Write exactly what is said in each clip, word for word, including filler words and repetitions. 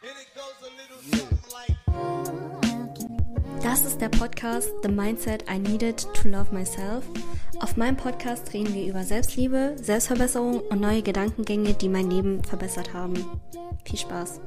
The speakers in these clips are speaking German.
Das ist der Podcast The Mindset I Needed to Love Myself. Auf meinem Podcast reden wir über Selbstliebe, Selbstverbesserung und neue Gedankengänge, die mein Leben verbessert haben. Viel Spaß!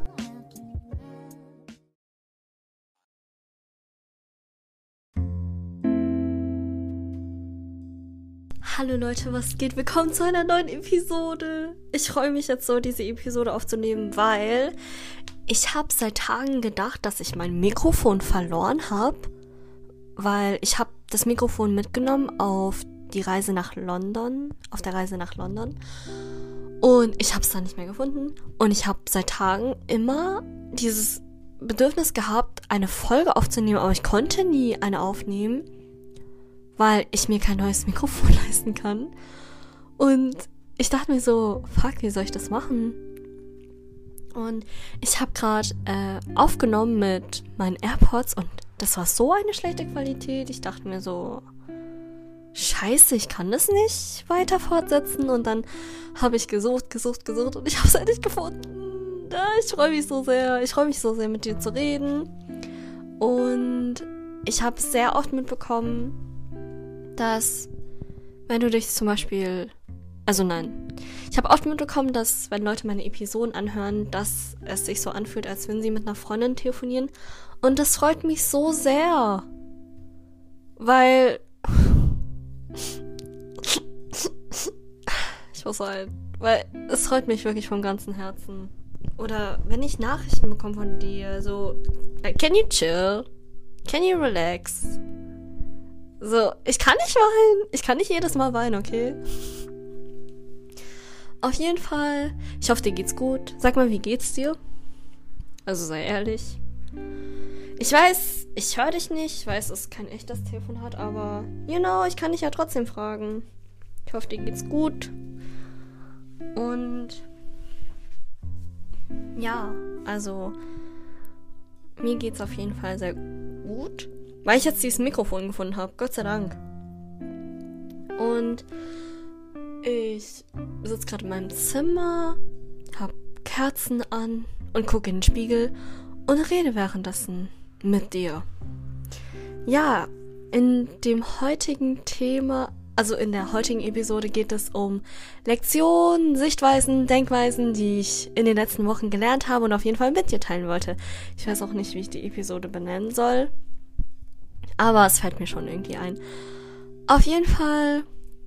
Hallo Leute, was geht? Willkommen zu einer neuen Episode. Ich freue mich jetzt so, diese Episode aufzunehmen, weil ich habe seit Tagen gedacht, dass ich mein Mikrofon verloren habe, weil ich habe das Mikrofon mitgenommen auf die Reise nach London, auf der Reise nach London und ich habe es dann nicht mehr gefunden und ich habe seit Tagen immer dieses Bedürfnis gehabt, eine Folge aufzunehmen, aber ich konnte nie eine aufnehmen, weil ich mir kein neues Mikrofon leisten kann. Und ich dachte mir so, fuck, wie soll ich das machen? Und ich habe gerade äh, aufgenommen mit meinen AirPods und das war so eine schlechte Qualität. Ich dachte mir so, scheiße, ich kann das nicht weiter fortsetzen. Und dann habe ich gesucht, gesucht, gesucht und ich habe es endlich gefunden. Ja, ich freue mich so sehr. Ich freue mich so sehr, mit dir zu reden. Und ich habe sehr oft mitbekommen, dass, wenn du dich zum Beispiel, also nein, ich habe oft mitbekommen, dass, wenn Leute meine Episoden anhören, dass es sich so anfühlt, als wenn sie mit einer Freundin telefonieren. Und das freut mich so sehr, weil ich muss halt, weil es freut mich wirklich vom ganzen Herzen. Oder wenn ich Nachrichten bekomme von dir, so, can you chill? Can you relax? So, ich kann nicht weinen. Ich kann nicht jedes Mal weinen, okay? Auf jeden Fall, ich hoffe, dir geht's gut. Sag mal, wie geht's dir? Also sei ehrlich. Ich weiß, ich höre dich nicht. Ich weiß, dass es kein echtes Telefon hat, aber, you know, ich kann dich ja trotzdem fragen. Ich hoffe, dir geht's gut. Und ja, also mir geht's auf jeden Fall sehr gut. Weil ich jetzt dieses Mikrofon gefunden habe. Gott sei Dank. Und ich sitze gerade in meinem Zimmer, habe Kerzen an und gucke in den Spiegel und rede währenddessen mit dir. Ja, in dem heutigen Thema, also in der heutigen Episode geht es um Lektionen, Sichtweisen, Denkweisen, die ich in den letzten Wochen gelernt habe und auf jeden Fall mit dir teilen wollte. Ich weiß auch nicht, wie ich die Episode benennen soll. Aber es fällt mir schon irgendwie ein. Auf jeden Fall.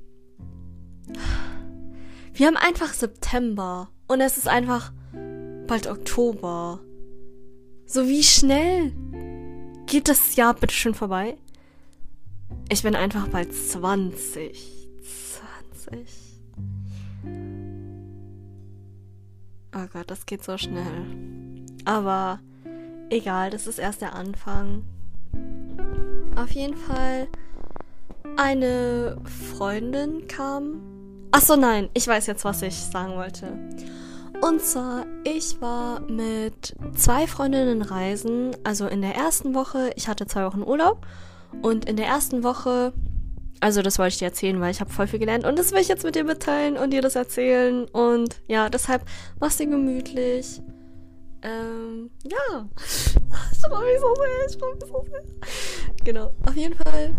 Wir haben einfach September. Und es ist einfach bald Oktober. So wie schnell geht das Jahr bitte schon vorbei? Ich bin einfach bald zwanzig. zwanzig. Oh Gott, das geht so schnell. Aber egal, das ist erst der Anfang. Auf jeden Fall, eine Freundin kam. Achso, nein, ich weiß jetzt, was ich sagen wollte. Und zwar, ich war mit zwei Freundinnen reisen. Also in der ersten Woche, ich hatte zwei Wochen Urlaub. Und in der ersten Woche, also das wollte ich dir erzählen, weil ich habe voll viel gelernt. Und das will ich jetzt mit dir mitteilen und dir das erzählen. Und ja, deshalb mach's dir gemütlich. Ähm, ja. Ich freue mich so sehr, ich freue mich so sehr. Genau, auf jeden Fall.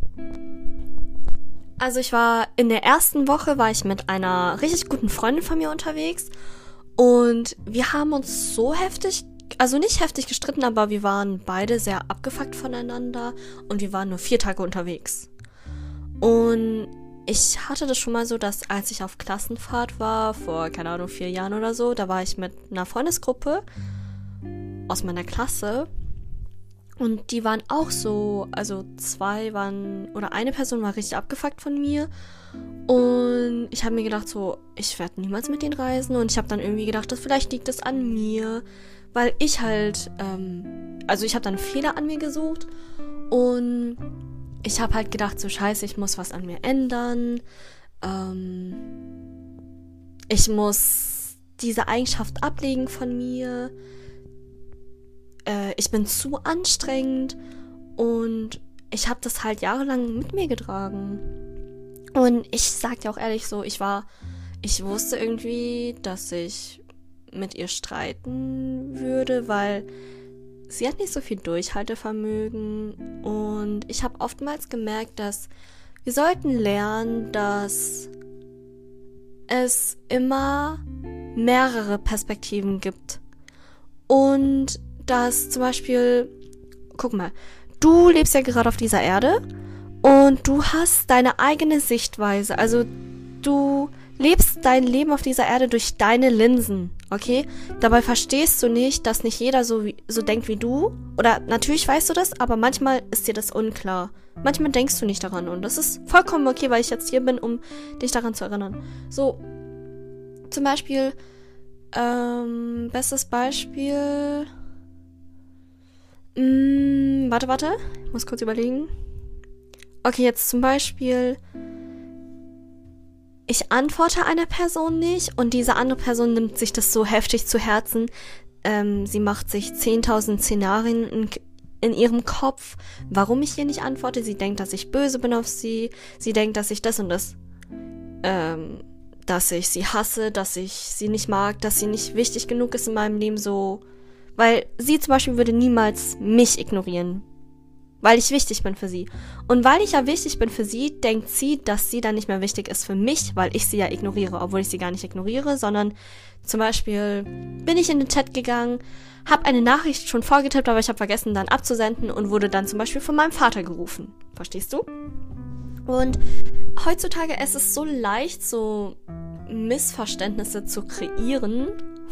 Also ich war, in der ersten Woche war ich mit einer richtig guten Freundin von mir unterwegs. Und wir haben uns so heftig, also nicht heftig gestritten, aber wir waren beide sehr abgefuckt voneinander. Und wir waren nur vier Tage unterwegs. Und ich hatte das schon mal so, dass als ich auf Klassenfahrt war, vor, keine Ahnung, vier Jahren oder so, da war ich mit einer Freundesgruppe aus meiner Klasse und die waren auch so, also zwei waren, oder eine Person war richtig abgefuckt von mir und ich habe mir gedacht so, ich werde niemals mit denen reisen und ich habe dann irgendwie gedacht, dass vielleicht liegt es an mir, weil ich halt, ähm, also ich habe dann Fehler an mir gesucht und ich habe halt gedacht, so scheiße, ich muss was an mir ändern. Ähm, ich muss diese Eigenschaft ablegen von mir. Äh, ich bin zu anstrengend. Und ich habe das halt jahrelang mit mir getragen. Und ich sag dir auch ehrlich so, ich war, ich wusste irgendwie, dass ich mit ihr streiten würde, weil sie hat nicht so viel Durchhaltevermögen und ich habe oftmals gemerkt, dass wir sollten lernen, dass es immer mehrere Perspektiven gibt und dass zum Beispiel, guck mal, du lebst ja gerade auf dieser Erde und du hast deine eigene Sichtweise, also du lebst dein Leben auf dieser Erde durch deine Linsen, okay? Dabei verstehst du nicht, dass nicht jeder so, wie, so denkt wie du. Oder natürlich weißt du das, aber manchmal ist dir das unklar. Manchmal denkst du nicht daran und das ist vollkommen okay, weil ich jetzt hier bin, um dich daran zu erinnern. So, zum Beispiel, ähm, bestes Beispiel, mh, warte, warte, ich muss kurz überlegen. Okay, jetzt zum Beispiel, ich antworte einer Person nicht und diese andere Person nimmt sich das so heftig zu Herzen. Ähm, sie macht sich zehntausend Szenarien in, in ihrem Kopf, warum ich ihr nicht antworte. Sie denkt, dass ich böse bin auf sie. Sie denkt, dass ich das und das, ähm, dass ich sie hasse, dass ich sie nicht mag, dass sie nicht wichtig genug ist in meinem Leben, so. Weil sie zum Beispiel würde niemals mich ignorieren, weil ich wichtig bin für sie. Und weil ich ja wichtig bin für sie, denkt sie, dass sie dann nicht mehr wichtig ist für mich, weil ich sie ja ignoriere, obwohl ich sie gar nicht ignoriere, sondern zum Beispiel bin ich in den Chat gegangen, habe eine Nachricht schon vorgetippt, aber ich habe vergessen, dann abzusenden und wurde dann zum Beispiel von meinem Vater gerufen. Verstehst du? Und heutzutage ist es so leicht, so Missverständnisse zu kreieren,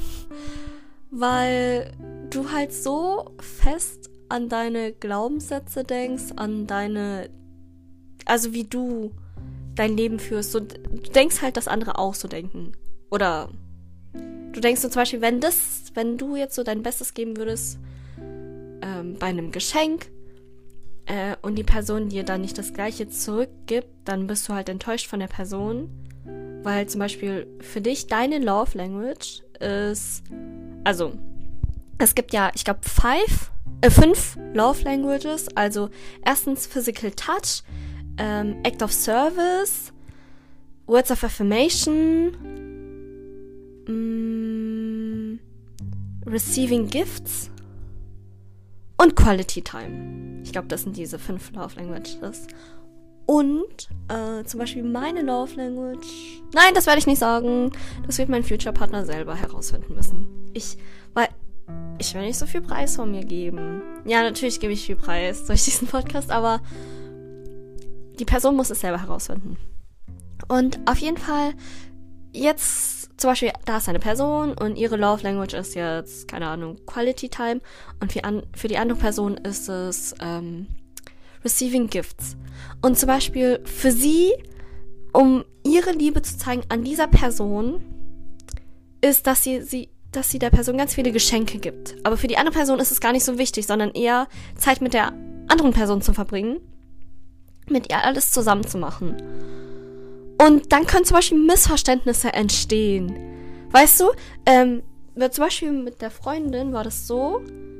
weil du halt so fest an deine Glaubenssätze denkst, an deine, also wie du dein Leben führst. So, du denkst halt, dass andere auch so denken. Oder du denkst so zum Beispiel, wenn das, wenn du jetzt so dein Bestes geben würdest ähm, bei einem Geschenk äh, und die Person dir dann nicht das Gleiche zurückgibt, dann bist du halt enttäuscht von der Person, weil zum Beispiel für dich deine Love Language ist, also es gibt ja, ich glaube, five Äh, fünf Love Languages, also erstens Physical Touch, ähm, Act of Service, Words of Affirmation, mh, Receiving Gifts und Quality Time. Ich glaube, das sind diese fünf Love Languages. Und äh, zum Beispiel meine Love Language. Nein, das werde ich nicht sagen. Das wird mein Future Partner selber herausfinden müssen. Ich, weil Ich will nicht so viel Preis von mir geben. Ja, natürlich gebe ich viel Preis durch diesen Podcast, aber die Person muss es selber herausfinden. Und auf jeden Fall, jetzt zum Beispiel, da ist eine Person und ihre Love Language ist jetzt, keine Ahnung, Quality Time und für, an, für die andere Person ist es ähm, Receiving Gifts. Und zum Beispiel für sie, um ihre Liebe zu zeigen an dieser Person, ist, dass sie sie dass sie der Person ganz viele Geschenke gibt. Aber für die andere Person ist es gar nicht so wichtig, sondern eher Zeit mit der anderen Person zu verbringen, mit ihr alles zusammen zu machen. Und dann können zum Beispiel Missverständnisse entstehen. Weißt du, ähm, zum Beispiel mit der Freundin war das so,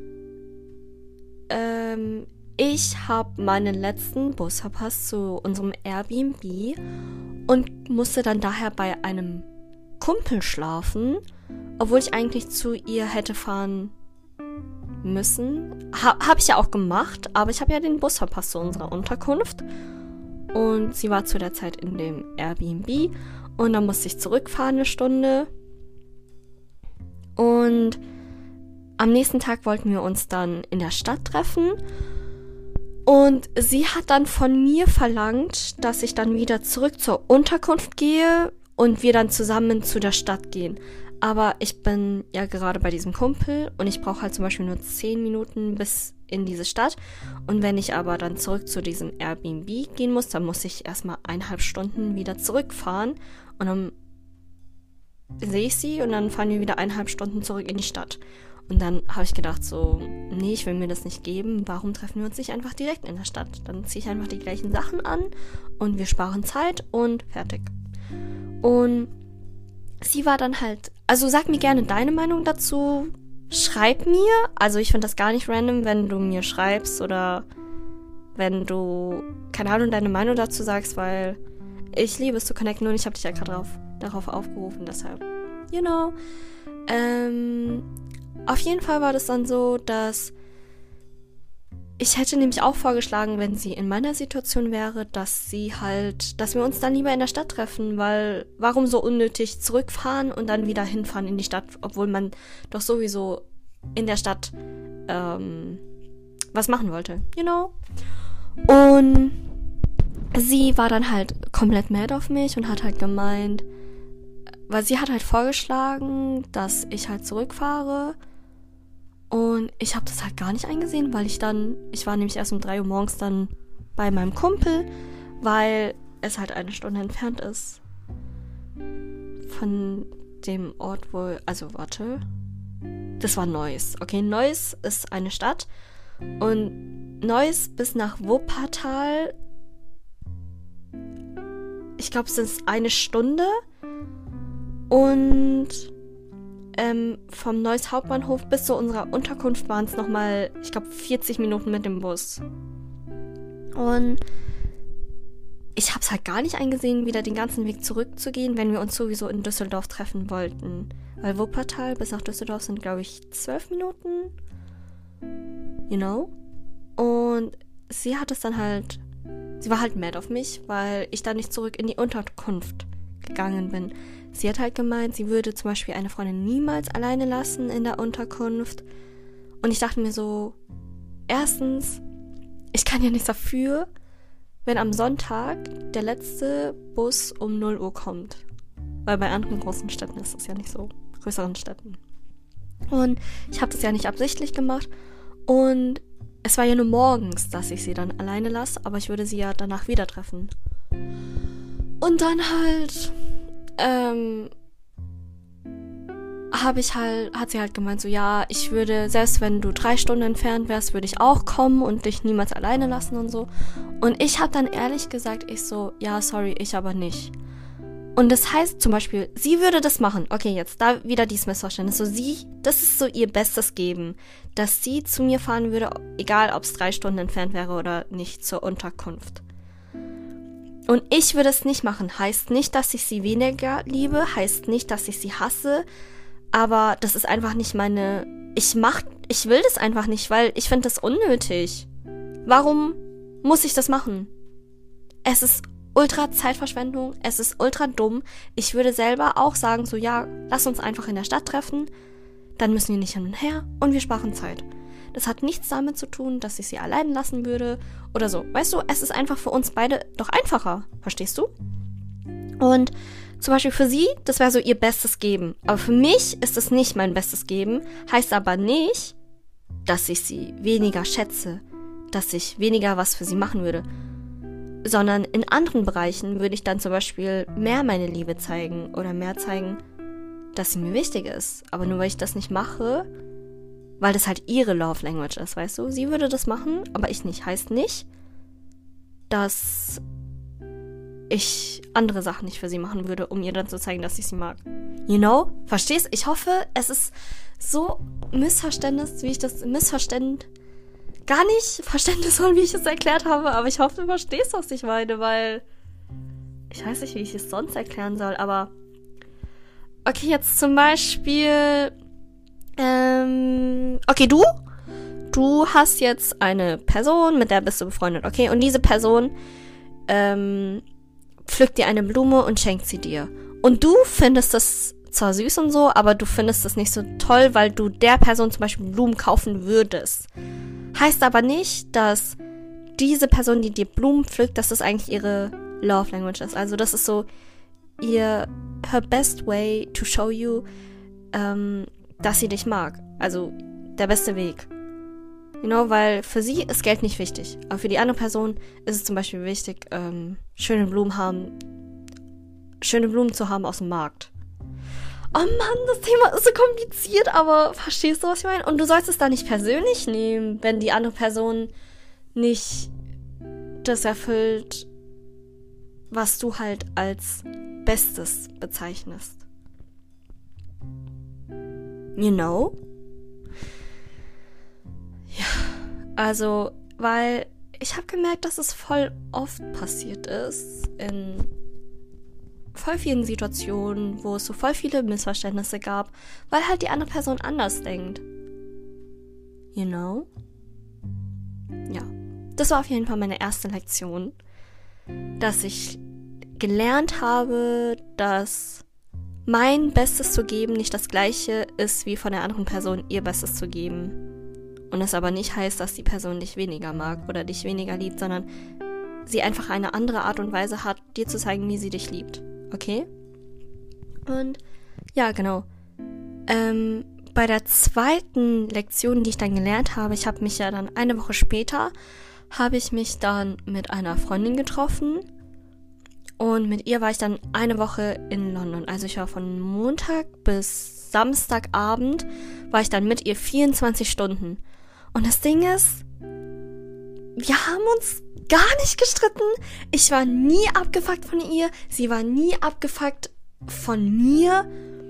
ähm, ich habe meinen letzten Bus verpasst zu unserem Airbnb und musste dann daher bei einem Kumpel schlafen, obwohl ich eigentlich zu ihr hätte fahren müssen. Ha- habe ich ja auch gemacht, aber ich habe ja den Bus verpasst zu unserer Unterkunft. Und sie war zu der Zeit in dem Airbnb. Und dann musste ich zurückfahren eine Stunde. Und am nächsten Tag wollten wir uns dann in der Stadt treffen. Und sie hat dann von mir verlangt, dass ich dann wieder zurück zur Unterkunft gehe und wir dann zusammen zu der Stadt gehen. Aber ich bin ja gerade bei diesem Kumpel und ich brauche halt zum Beispiel nur zehn Minuten bis in diese Stadt. Und wenn ich aber dann zurück zu diesem Airbnb gehen muss, dann muss ich erstmal eineinhalb Stunden wieder zurückfahren. Und dann sehe ich sie und dann fahren wir wieder eineinhalb Stunden zurück in die Stadt. Und dann habe ich gedacht so, nee, ich will mir das nicht geben. Warum treffen wir uns nicht einfach direkt in der Stadt? Dann ziehe ich einfach die gleichen Sachen an und wir sparen Zeit und fertig. Und sie war dann halt, also sag mir gerne deine Meinung dazu, schreib mir, also ich finde das gar nicht random, wenn du mir schreibst oder wenn du, keine Ahnung, deine Meinung dazu sagst, weil ich liebe es zu connecten und ich habe dich ja gerade darauf, darauf aufgerufen, deshalb, you know, Ähm, auf jeden Fall war das dann so, dass ich hätte nämlich auch vorgeschlagen, wenn sie in meiner Situation wäre, dass sie halt, dass wir uns dann lieber in der Stadt treffen, weil warum so unnötig zurückfahren und dann wieder hinfahren in die Stadt, obwohl man doch sowieso in der Stadt ähm, was machen wollte, you know? Und sie war dann halt komplett mad auf mich und hat halt gemeint, weil sie hat halt vorgeschlagen, dass ich halt zurückfahre. Und ich habe das halt gar nicht eingesehen, weil ich dann, ich war nämlich erst um drei Uhr morgens dann bei meinem Kumpel, weil es halt eine Stunde entfernt ist von dem Ort, wo, also warte, das war Neuss. Okay, Neuss ist eine Stadt und Neuss bis nach Wuppertal, ich glaube, es ist eine Stunde und Ähm, vom Neuss Hauptbahnhof bis zu unserer Unterkunft waren es nochmal, ich glaube, vierzig Minuten mit dem Bus. Und ich habe es halt gar nicht eingesehen, wieder den ganzen Weg zurückzugehen, wenn wir uns sowieso in Düsseldorf treffen wollten. Weil Wuppertal bis nach Düsseldorf sind, glaube ich, zwölf Minuten. You know? Und sie hat es dann halt, sie war halt mad auf mich, weil ich dann nicht zurück in die Unterkunft gegangen bin. Sie hat halt gemeint, sie würde zum Beispiel eine Freundin niemals alleine lassen in der Unterkunft. Und ich dachte mir so, erstens, ich kann ja nichts dafür, wenn am Sonntag der letzte Bus um null Uhr kommt. Weil bei anderen großen Städten ist das ja nicht so, größeren Städten. Und ich habe das ja nicht absichtlich gemacht. Und es war ja nur morgens, dass ich sie dann alleine lasse, aber ich würde sie ja danach wieder treffen. Und dann halt ähm, habe ich halt, hat sie halt gemeint, so ja, ich würde, selbst wenn du drei Stunden entfernt wärst, würde ich auch kommen und dich niemals alleine lassen und so. Und ich habe dann ehrlich gesagt, ich so, ja, sorry, ich aber nicht. Und das heißt zum Beispiel, sie würde das machen. Okay, jetzt da wieder dieses Missverständnis. So sie, das ist so ihr Bestes geben, dass sie zu mir fahren würde, egal ob es drei Stunden entfernt wäre oder nicht, zur Unterkunft. Und ich würde es nicht machen. Heißt nicht, dass ich sie weniger liebe, heißt nicht, dass ich sie hasse, aber das ist einfach nicht meine, ich mach, ich will das einfach nicht, weil ich finde das unnötig. Warum muss ich das machen? Es ist ultra Zeitverschwendung, es ist ultra dumm. Ich würde selber auch sagen, so ja, lass uns einfach in der Stadt treffen, dann müssen wir nicht hin und her und wir sparen Zeit. Das hat nichts damit zu tun, dass ich sie allein lassen würde oder so. Weißt du, es ist einfach für uns beide doch einfacher. Verstehst du? Und zum Beispiel für sie, das wäre so ihr Bestes geben. Aber für mich ist es nicht mein Bestes geben. Heißt aber nicht, dass ich sie weniger schätze, dass ich weniger was für sie machen würde. Sondern in anderen Bereichen würde ich dann zum Beispiel mehr meine Liebe zeigen oder mehr zeigen, dass sie mir wichtig ist. Aber nur weil ich das nicht mache, weil das halt ihre Love Language ist, weißt du? Sie würde das machen, aber ich nicht. Heißt nicht, dass ich andere Sachen nicht für sie machen würde, um ihr dann zu zeigen, dass ich sie mag. You know? Verstehst? Ich hoffe, es ist so Missverständnis, wie ich das Missverständ gar nicht verständnisvoll, wie ich es erklärt habe, aber ich hoffe, du verstehst, was ich meine, weil ich weiß nicht, wie ich es sonst erklären soll, aber okay, jetzt zum Beispiel Ähm, okay, du? Du hast jetzt eine Person, mit der bist du befreundet, okay? Und diese Person ähm, pflückt dir eine Blume und schenkt sie dir. Und du findest das zwar süß und so, aber du findest das nicht so toll, weil du der Person zum Beispiel Blumen kaufen würdest. Heißt aber nicht, dass diese Person, die dir Blumen pflückt, dass das eigentlich ihre Love Language ist. Also das ist so ihr, her best way to show you, ähm, dass sie dich mag. Also der beste Weg. You know, weil für sie ist Geld nicht wichtig. Aber für die andere Person ist es zum Beispiel wichtig, ähm, schöne Blumen haben, schöne Blumen zu haben aus dem Markt. Oh Mann, das Thema ist so kompliziert, aber verstehst du, was ich meine? Und du sollst es da nicht persönlich nehmen, wenn die andere Person nicht das erfüllt, was du halt als Bestes bezeichnest. You know? Ja, also, weil ich habe gemerkt, dass es voll oft passiert ist in voll vielen Situationen, wo es so voll viele Missverständnisse gab, weil halt die andere Person anders denkt. You know? Ja. Das war auf jeden Fall meine erste Lektion, dass ich gelernt habe, dass mein Bestes zu geben nicht das gleiche ist, wie von der anderen Person ihr Bestes zu geben. Und das aber nicht heißt, dass die Person dich weniger mag oder dich weniger liebt, sondern sie einfach eine andere Art und Weise hat, dir zu zeigen, wie sie dich liebt. Okay? Und ja, genau. Ähm, bei der zweiten Lektion, die ich dann gelernt habe, ich habe mich ja dann eine Woche später, habe ich mich dann mit einer Freundin getroffen und mit ihr war ich dann eine Woche in London. Also ich war von Montag bis Samstagabend, war ich dann mit ihr vierundzwanzig Stunden. Und das Ding ist, wir haben uns gar nicht gestritten. Ich war nie abgefuckt von ihr. Sie war nie abgefuckt von mir.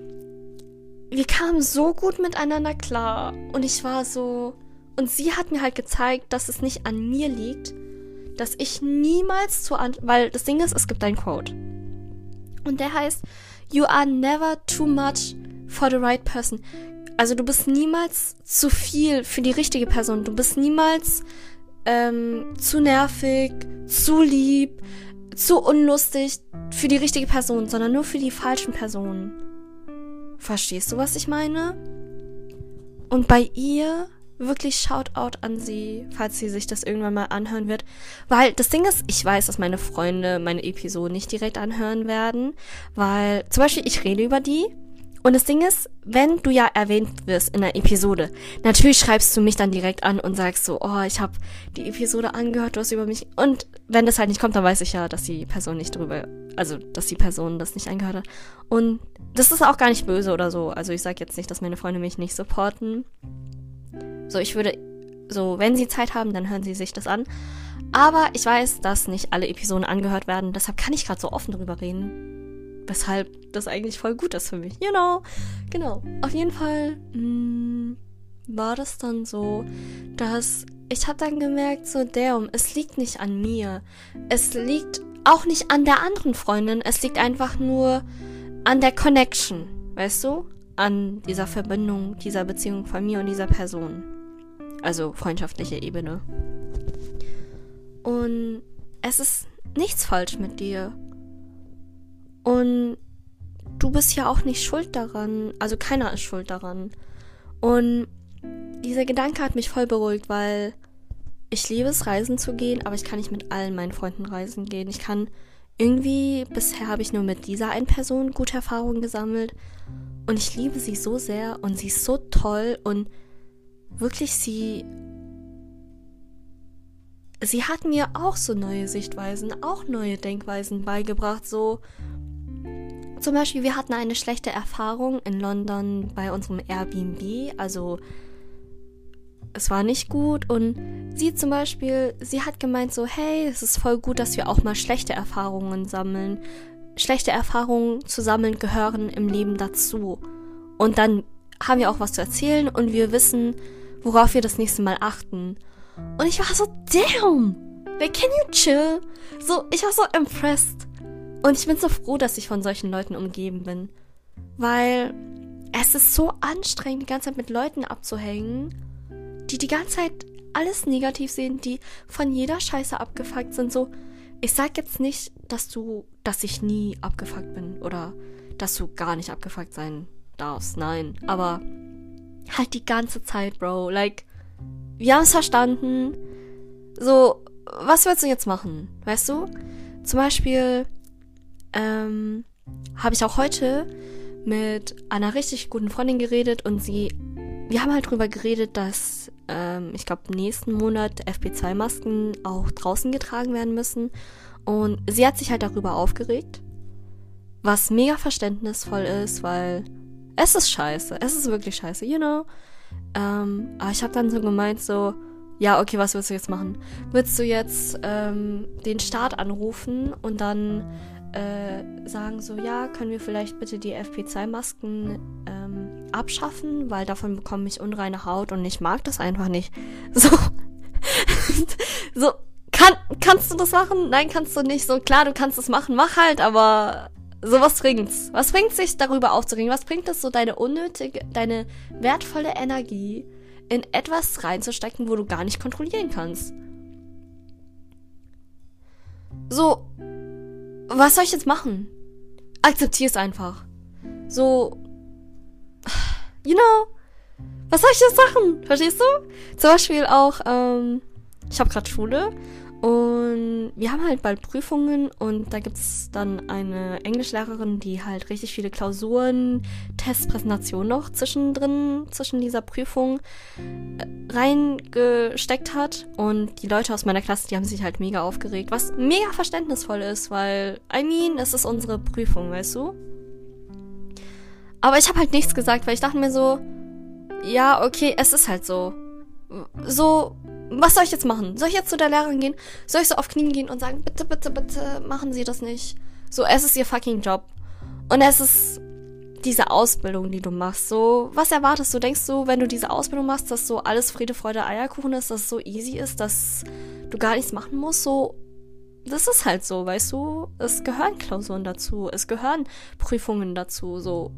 Wir kamen so gut miteinander klar. Und ich war so... Und sie hat mir halt gezeigt, dass es nicht an mir liegt, dass ich niemals zu... An- weil das Ding ist, es gibt einen Quote. Und der heißt, you are never too much for the right person. Also du bist niemals zu viel für die richtige Person. Du bist niemals ähm, zu nervig, zu lieb, zu unlustig für die richtige Person, sondern nur für die falschen Personen. Verstehst du, was ich meine? Und bei ihr wirklich Shoutout an sie, falls sie sich das irgendwann mal anhören wird. Weil das Ding ist, ich weiß, dass meine Freunde meine Episode nicht direkt anhören werden, weil zum Beispiel ich rede über die. Und das Ding ist, wenn du ja erwähnt wirst in einer Episode, natürlich schreibst du mich dann direkt an und sagst so, oh, ich habe die Episode angehört, du hast über mich... Und wenn das halt nicht kommt, dann weiß ich ja, dass die Person nicht drüber... Also, dass die Person das nicht angehört hat. Und das ist auch gar nicht böse oder so. Also, ich sag jetzt nicht, dass meine Freunde mich nicht supporten. So, ich würde... So, wenn sie Zeit haben, dann hören sie sich das an. Aber ich weiß, dass nicht alle Episoden angehört werden. Deshalb kann ich gerade so offen drüber reden. Weshalb das eigentlich voll gut ist für mich. You know. Genau. Auf jeden Fall mh, war das dann so, dass ich habe dann gemerkt, so, damn, es liegt nicht an mir. Es liegt auch nicht an der anderen Freundin. Es liegt einfach nur an der Connection. Weißt du? An dieser Verbindung, dieser Beziehung von mir und dieser Person. Also freundschaftliche Ebene. Und es ist nichts falsch mit dir. Und du bist ja auch nicht schuld daran. Also keiner ist schuld daran. Und dieser Gedanke hat mich voll beruhigt, weil ich liebe es, reisen zu gehen, aber ich kann nicht mit allen meinen Freunden reisen gehen. Ich kann irgendwie, bisher habe ich nur mit dieser einen Person gute Erfahrungen gesammelt. Und ich liebe sie so sehr und sie ist so toll und wirklich sie... Sie hat mir auch so neue Sichtweisen, auch neue Denkweisen beigebracht, so... Zum Beispiel, wir hatten eine schlechte Erfahrung in London bei unserem Airbnb, also es war nicht gut und sie zum Beispiel, sie hat gemeint so, hey, es ist voll gut, dass wir auch mal schlechte Erfahrungen sammeln. Schlechte Erfahrungen zu sammeln gehören im Leben dazu. Und dann haben wir auch was zu erzählen und wir wissen, worauf wir das nächste Mal achten. Und ich war so, damn, like, can you chill? So, ich war so impressed. Und ich bin so froh, dass ich von solchen Leuten umgeben bin. Weil es ist so anstrengend, die ganze Zeit mit Leuten abzuhängen, die die ganze Zeit alles negativ sehen, die von jeder Scheiße abgefuckt sind. So, ich sag jetzt nicht, dass du, dass ich nie abgefuckt bin oder dass du gar nicht abgefuckt sein darfst. Nein, aber halt die ganze Zeit, Bro. Like, wir haben es verstanden. So, was willst du jetzt machen? Weißt du? Zum Beispiel... Ähm, habe ich auch heute mit einer richtig guten Freundin geredet und sie, wir haben halt drüber geredet, dass, ähm, ich glaube, nächsten Monat F P zwei Masken auch draußen getragen werden müssen und sie hat sich halt darüber aufgeregt, was mega verständnisvoll ist, weil es ist scheiße, es ist wirklich scheiße, you know, ähm, aber ich habe dann so gemeint, so, ja, okay, was willst du jetzt machen? Willst du jetzt ähm, den Staat anrufen und dann Äh, sagen so, ja, können wir vielleicht bitte die F P zwei Masken ähm, abschaffen, weil davon bekomme ich unreine Haut und ich mag das einfach nicht. So, so kann, kannst du das machen? Nein, kannst du nicht. So, klar, du kannst es machen, mach halt, aber So, was bringt's? Was bringt sich darüber aufzuregen? Was bringt es so, deine unnötige, deine wertvolle Energie in etwas reinzustecken, wo du gar nicht kontrollieren kannst? So, was soll ich jetzt machen? Akzeptier es einfach. So, you know, was soll ich jetzt machen? Verstehst du? Zum Beispiel auch, ähm, ich habe gerade Schule und wir haben halt bald Prüfungen und da gibt's dann eine Englischlehrerin, die halt richtig viele Klausuren, Tests, Präsentationen noch zwischendrin, zwischen dieser Prüfung äh, reingesteckt hat. Und die Leute aus meiner Klasse, die haben sich halt mega aufgeregt, was mega verständnisvoll ist, weil, I mean, es ist unsere Prüfung, weißt du? Aber ich habe halt nichts gesagt, weil ich dachte mir so, ja, okay, es ist halt so. So, was soll ich jetzt machen? Soll ich jetzt zu der Lehrerin gehen? Soll ich so auf Knien gehen und sagen, bitte, bitte, bitte, machen Sie das nicht? So, es ist Ihr fucking Job. Und es ist diese Ausbildung, die du machst. So, was erwartest du? Denkst du, wenn du diese Ausbildung machst, dass so alles Friede, Freude, Eierkuchen ist, dass es so easy ist, dass du gar nichts machen musst? So, das ist halt so, weißt du? Es gehören Klausuren dazu. Es gehören Prüfungen dazu, so.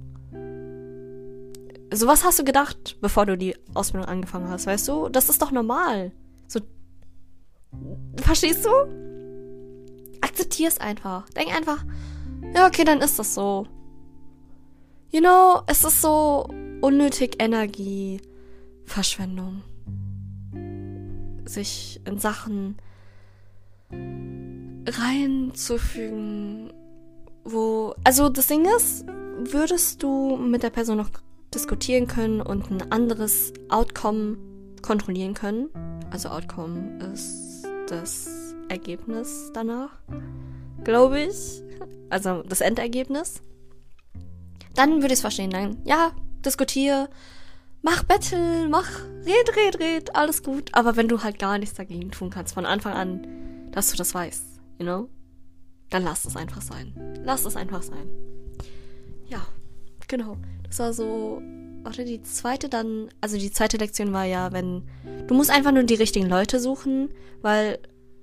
So, was hast du gedacht, bevor du die Ausbildung angefangen hast, weißt du? Das ist doch normal. So, verstehst du? Akzeptier es einfach. Denk einfach, ja, okay, dann ist das so. You know, es ist so unnötig Energie, Verschwendung. Sich in Sachen reinzufügen, wo, also das Ding ist, würdest du mit der Person noch diskutieren können und ein anderes Outcome kontrollieren können. Also Outcome ist das Ergebnis danach, glaube ich. Also das Endergebnis. Dann würde ich es verstehen. Dann, ja, diskutiere, mach Battle, mach, red, red, red, alles gut. Aber wenn du halt gar nichts dagegen tun kannst von Anfang an, dass du das weißt, you know, dann lass es einfach sein. Lass es einfach sein. Ja, genau. Das war so, warte, die zweite dann, also die zweite Lektion war ja, wenn, du musst einfach nur die richtigen Leute suchen, weil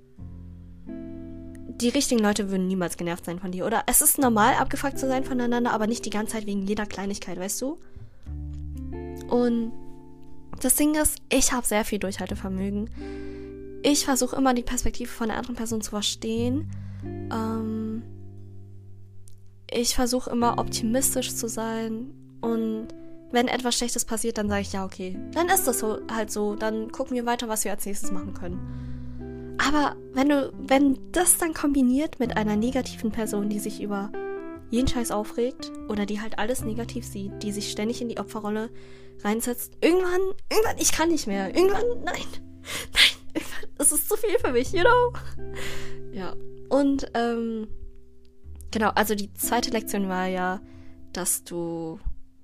die richtigen Leute würden niemals genervt sein von dir. Oder es ist normal, abgefuckt zu sein voneinander, aber nicht die ganze Zeit wegen jeder Kleinigkeit, weißt du? Und das Ding ist, ich habe sehr viel Durchhaltevermögen. Ich versuche immer, die Perspektive von der anderen Person zu verstehen. Ähm, ich versuche immer, optimistisch zu sein. Und wenn etwas Schlechtes passiert, dann sage ich, ja, okay, dann ist das so, halt so. Dann gucken wir weiter, was wir als nächstes machen können. Aber wenn du, wenn das dann kombiniert mit einer negativen Person, die sich über jeden Scheiß aufregt oder die halt alles negativ sieht, die sich ständig in die Opferrolle reinsetzt, irgendwann, irgendwann, ich kann nicht mehr. Irgendwann, nein, nein, irgendwann, es ist zu viel für mich, you know? Ja, und, ähm, genau, also die zweite Lektion war ja, dass du,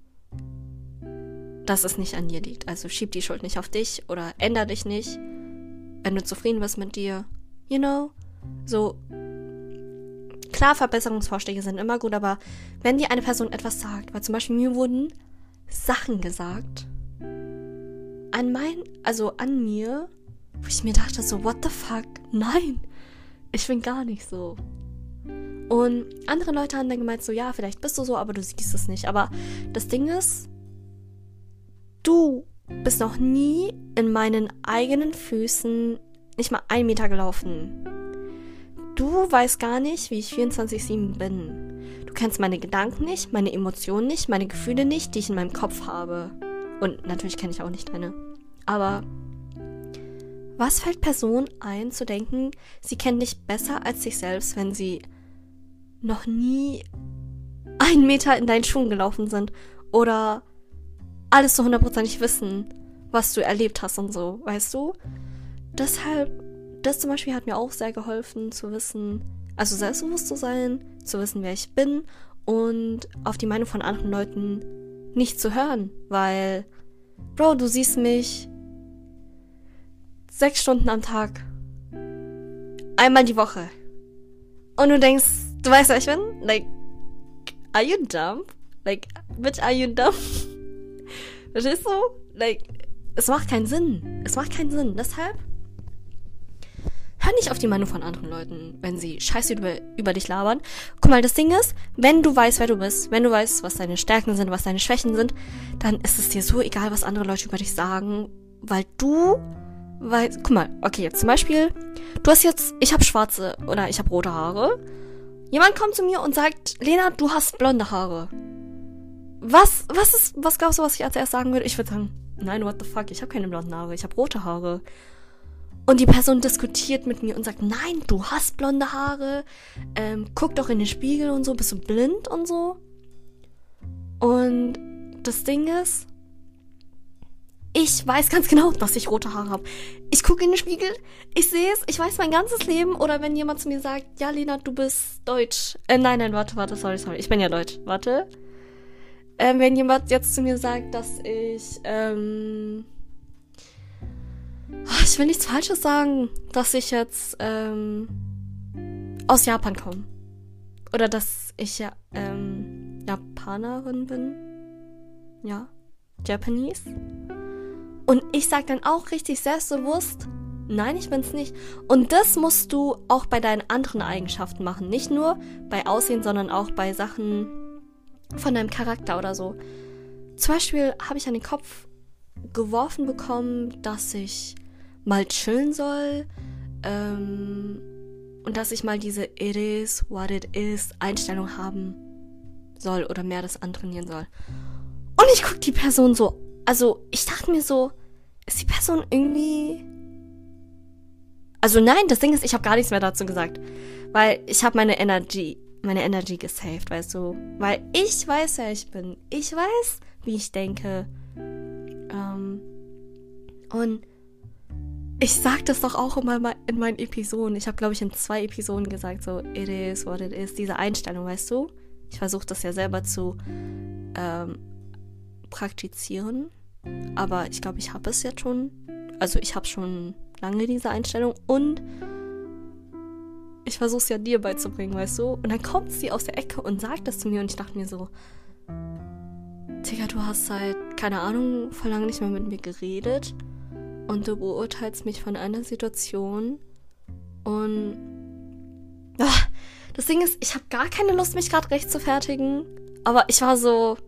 dass es nicht an dir liegt. Also schieb die Schuld nicht auf dich oder änder dich nicht, wenn du zufrieden bist mit dir, you know? So, klar, Verbesserungsvorschläge sind immer gut, aber wenn dir eine Person etwas sagt, weil zum Beispiel mir wurden Sachen gesagt, an mein, also an mir, wo ich mir dachte so, what the fuck? Nein, ich bin gar nicht so. Und andere Leute haben dann gemeint so, ja, vielleicht bist du so, aber du siehst es nicht. Aber das Ding ist, du bist noch nie in meinen eigenen Füßen nicht mal einen Meter gelaufen. Du weißt gar nicht, wie ich vierundzwanzig sieben bin. Du kennst meine Gedanken nicht, meine Emotionen nicht, meine Gefühle nicht, die ich in meinem Kopf habe. Und natürlich kenne ich auch nicht deine. Aber was fällt Personen ein, zu denken, sie kennen dich besser als sich selbst, wenn sie noch nie einen Meter in deinen Schuhen gelaufen sind oder alles zu hundertprozentig wissen, was du erlebt hast und so, weißt du? Deshalb, das zum Beispiel hat mir auch sehr geholfen zu wissen, also selbstbewusst zu sein, zu wissen, wer ich bin und auf die Meinung von anderen Leuten nicht zu hören, weil, Bro, du siehst mich sechs Stunden am Tag, einmal die Woche und du denkst, du weißt, wer ich bin? Like, are you dumb? Like, bitch, are you dumb? Verstehst du? Like, es macht keinen Sinn. Es macht keinen Sinn. Deshalb, hör nicht auf die Meinung von anderen Leuten, wenn sie Scheiße über, über dich labern. Guck mal, das Ding ist, wenn du weißt, wer du bist, wenn du weißt, was deine Stärken sind, was deine Schwächen sind, dann ist es dir so egal, was andere Leute über dich sagen, weil du, weil, guck mal, okay, jetzt zum Beispiel, du hast jetzt, ich habe schwarze oder ich habe rote Haare. Jemand kommt zu mir und sagt, Lena, du hast blonde Haare. Was, was ist, was glaubst du, was ich als erstes sagen würde? Ich würde sagen, nein, what the fuck, ich habe keine blonden Haare, ich habe rote Haare. Und die Person diskutiert mit mir und sagt, nein, du hast blonde Haare, ähm, guck doch in den Spiegel und so, bist du blind und so. Und das Ding ist, ich weiß ganz genau, dass ich rote Haare habe. Ich gucke in den Spiegel, ich sehe es, ich weiß mein ganzes Leben. Oder wenn jemand zu mir sagt, ja, Lena, du bist deutsch. Äh, nein, nein, warte, warte, sorry, sorry, ich bin ja deutsch, warte. Ähm, wenn jemand jetzt zu mir sagt, dass ich, ähm, ich will nichts Falsches sagen, dass ich jetzt, ähm, aus Japan komme. Oder dass ich ja, ähm, Japanerin bin. Ja, Japanese. Und ich sag dann auch richtig selbstbewusst, nein, ich bin's nicht. Und das musst du auch bei deinen anderen Eigenschaften machen. Nicht nur bei Aussehen, sondern auch bei Sachen von deinem Charakter oder so. Zum Beispiel habe ich an den Kopf geworfen bekommen, dass ich mal chillen soll ähm, und dass ich mal diese It is what it is Einstellung haben soll oder mehr das antrainieren soll. Und ich guck die Person so, also ich dachte mir so, ist die Person irgendwie... Also nein, das Ding ist, ich habe gar nichts mehr dazu gesagt, weil ich habe meine Energy meine Energy gesaved, weißt du? Weil ich weiß, wer ich bin. Ich weiß, wie ich denke. Ähm, und ich sag das doch auch immer in meinen Episoden. Ich habe, glaube ich, in zwei Episoden gesagt, so, it is what it is. Diese Einstellung, weißt du? Ich versuche das ja selber zu ähm, praktizieren. Aber ich glaube, ich habe es jetzt schon. Also ich habe schon lange diese Einstellung. Und ich versuche es ja dir beizubringen, weißt du? Und dann kommt sie aus der Ecke und sagt das zu mir und ich dachte mir so, Digga, du hast seit, keine Ahnung, vor lange nicht mehr mit mir geredet und du beurteilst mich von einer Situation und ach, das Ding ist, ich habe gar keine Lust, mich gerade recht zu fertigen, aber ich war so,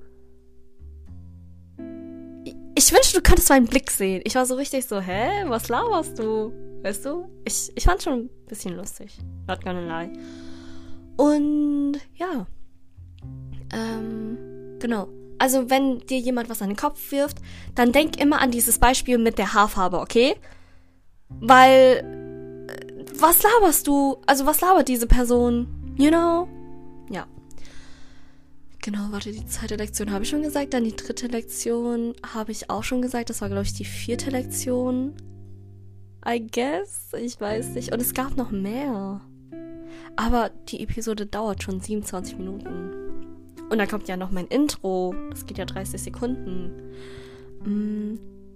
ich, ich wünschte, du könntest meinen Blick sehen. Ich war so richtig so, hä, was laberst du? Weißt du? Ich, ich fand's schon ein bisschen lustig. Not gonna lie. Und ja. Ähm, genau. Also wenn dir jemand was an den Kopf wirft, dann denk immer an dieses Beispiel mit der Haarfarbe, okay? Weil, was laberst du? Also was labert diese Person? You know? Ja. Genau, warte, die zweite Lektion habe ich schon gesagt. Dann die dritte Lektion habe ich auch schon gesagt. Das war, glaube ich, die vierte Lektion. I guess, ich weiß nicht. Und es gab noch mehr. Aber die Episode dauert schon siebenundzwanzig Minuten. Und dann kommt ja noch mein Intro. Das geht ja dreißig Sekunden. Mm.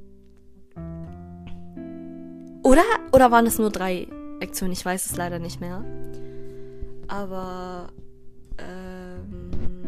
Oder? Oder waren es nur drei Lektionen? Ich weiß es leider nicht mehr. Aber, ähm,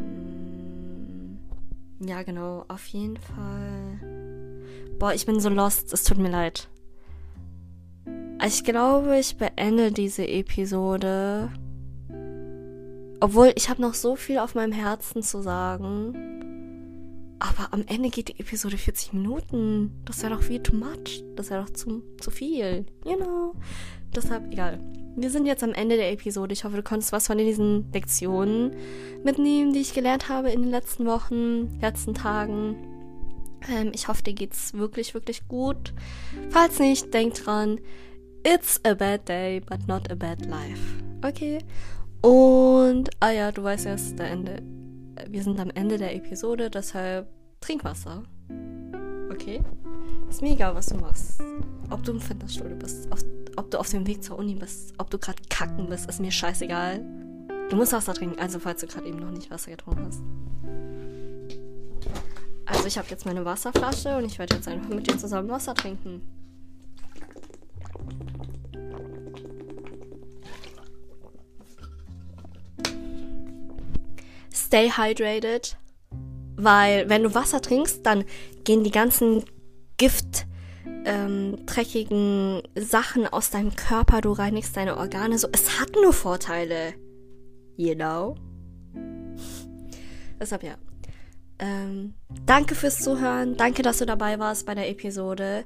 ja, genau. Auf jeden Fall. Boah, ich bin so lost. Es tut mir leid. Ich glaube, ich beende diese Episode. Obwohl, ich habe noch so viel auf meinem Herzen zu sagen. Aber am Ende geht die Episode vierzig Minuten. Das wäre doch viel too much. Das wäre doch zu, zu viel. You know. Deshalb, egal. Wir sind jetzt am Ende der Episode. Ich hoffe, du konntest was von diesen Lektionen mitnehmen, die ich gelernt habe in den letzten Wochen, letzten Tagen. Ähm, ich hoffe, dir geht's wirklich, wirklich gut. Falls nicht, denk dran. It's a bad day, but not a bad life. Okay? Und, ah ja, du weißt ja, es ist der Ende. Wir sind am Ende der Episode, deshalb trink Wasser. Okay? Ist mir egal, was du machst. Ob du im Fitnessstudio bist, auf, ob du auf dem Weg zur Uni bist, ob du gerade kacken bist, ist mir scheißegal. Du musst Wasser trinken, also falls du gerade eben noch nicht Wasser getrunken hast. Also ich habe jetzt meine Wasserflasche und ich werde jetzt einfach mit dir zusammen Wasser trinken. Stay hydrated, weil wenn du Wasser trinkst, dann gehen die ganzen Gift, ähm, dreckigen Sachen aus deinem Körper, du reinigst deine Organe. So, es hat nur Vorteile. You know? Deshalb ja. Ähm, danke fürs Zuhören. Danke, dass du dabei warst bei der Episode.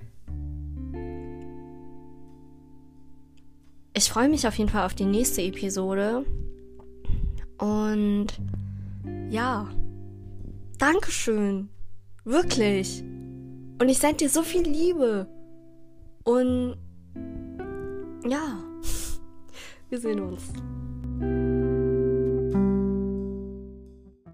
Ich freue mich auf jeden Fall auf die nächste Episode. Und ja, Dankeschön. Wirklich. Und ich sende dir so viel Liebe. Und ja, wir sehen uns.